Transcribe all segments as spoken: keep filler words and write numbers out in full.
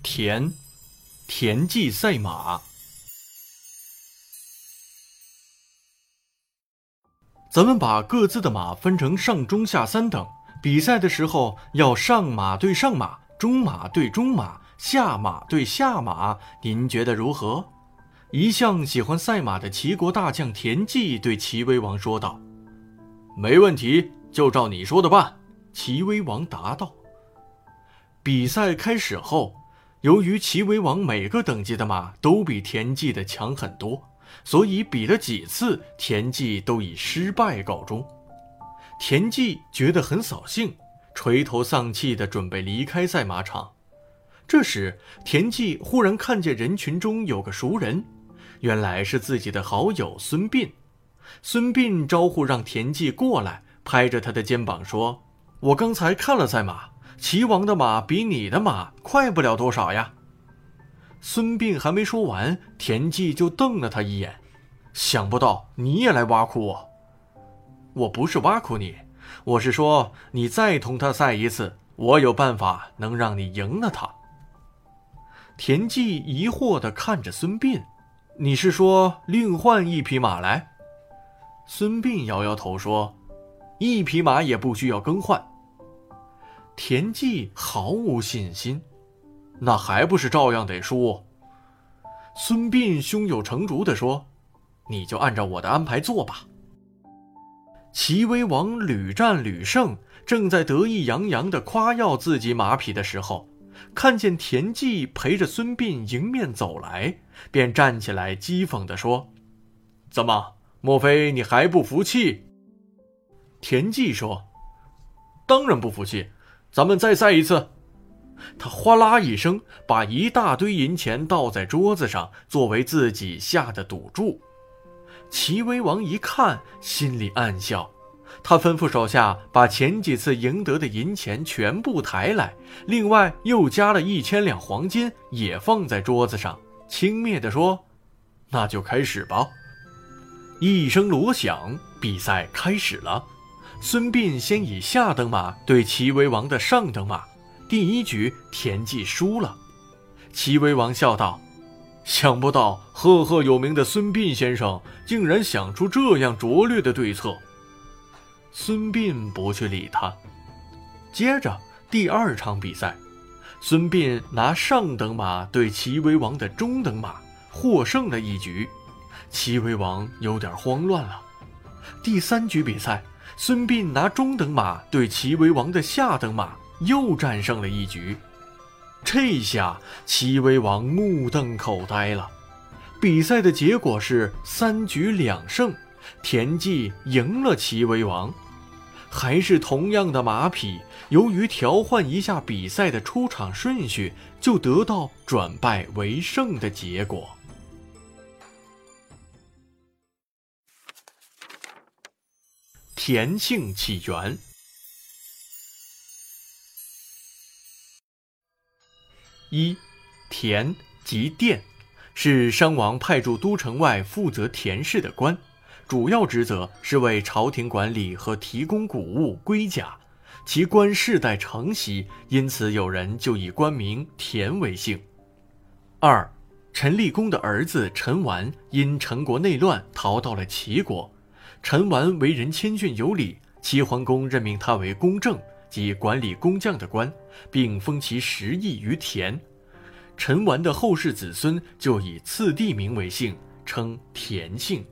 田，田忌赛马。咱们把各自的马分成上中下三等，比赛的时候要上马对上马，中马对中马，下马对下马，您觉得如何？一向喜欢赛马的齐国大将田忌对齐威王说道。没问题，就照你说的办，齐威王答道。比赛开始后，由于齐威王每个等级的马都比田忌的强很多，所以比了几次，田忌都以失败告终。田忌觉得很扫兴，垂头丧气地准备离开赛马场。这时，田忌忽然看见人群中有个熟人，原来是自己的好友孙膑。孙膑招呼让田忌过来，拍着他的肩膀说：“我刚才看了赛马，齐王的马比你的马快不了多少呀。”孙膑还没说完，田忌就瞪了他一眼，想不到你也来挖苦我。我不是挖苦你，我是说你再同他赛一次，我有办法能让你赢了他。田忌疑惑地看着孙膑，你是说另换一匹马来？孙膑摇摇头说，一匹马也不需要更换。田忌毫无信心，那还不是照样得输？孙膑胸有成竹地说，你就按照我的安排做吧。齐威王屡战屡胜，正在得意洋洋地夸耀自己马匹的时候，看见田忌陪着孙膑迎面走来，便站起来讥讽地说，怎么，莫非你还不服气？田忌说，当然不服气，咱们再赛一次。他哗啦一声把一大堆银钱倒在桌子上，作为自己下的赌注。齐威王一看，心里暗笑，他吩咐手下把前几次赢得的银钱全部抬来，另外又加了一千两黄金，也放在桌子上，轻蔑地说，那就开始吧。一声锣响，比赛开始了。孙膑先以下等马对齐威王的上等马，第一局田忌输了。齐威王笑道，想不到赫赫有名的孙膑先生竟然想出这样拙劣的对策。孙膑不去理他。接着第二场比赛，孙膑拿上等马对齐威王的中等马，获胜了一局。齐威王有点慌乱了。第三局比赛，孙膑拿中等马对齐威王的下等马，又战胜了一局。这下齐威王目瞪口呆了。比赛的结果是三局两胜，田忌赢了齐威王。还是同样的马匹，由于调换一下比赛的出场顺序，就得到转败为胜的结果。田姓起源。一，田即店，是商王派驻都城外负责田事的官，主要职责是为朝廷管理和提供谷物龟甲，其官世代承袭，因此有人就以官名田为姓。二，陈立公的儿子陈完因陈国内乱逃到了齐国，陈完为人谦逊有礼，齐桓公任命他为公正，即管理工匠的官，并封其十邑于田。陈完的后世子孙就以次第名为姓，称田姓。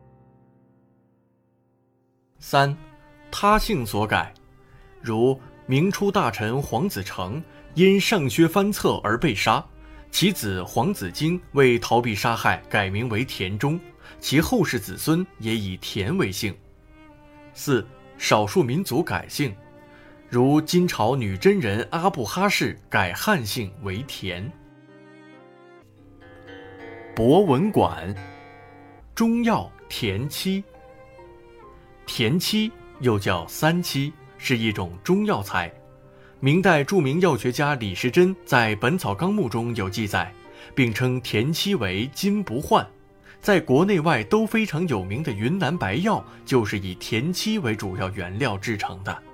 三，他姓所改，如明初大臣黄子成因上薛翻侧而被杀，其子黄子荆为逃避杀害改名为田中，其后世子孙也以田为姓。四，少数民族改姓，如金朝女真人阿布哈氏改汉姓为田。博文馆，中药田七。田七又叫三七，是一种中药材。明代著名药学家李时珍在《本草纲目》中有记载，并称田七为金不换。在国内外都非常有名的云南白药，就是以田七为主要原料制成的。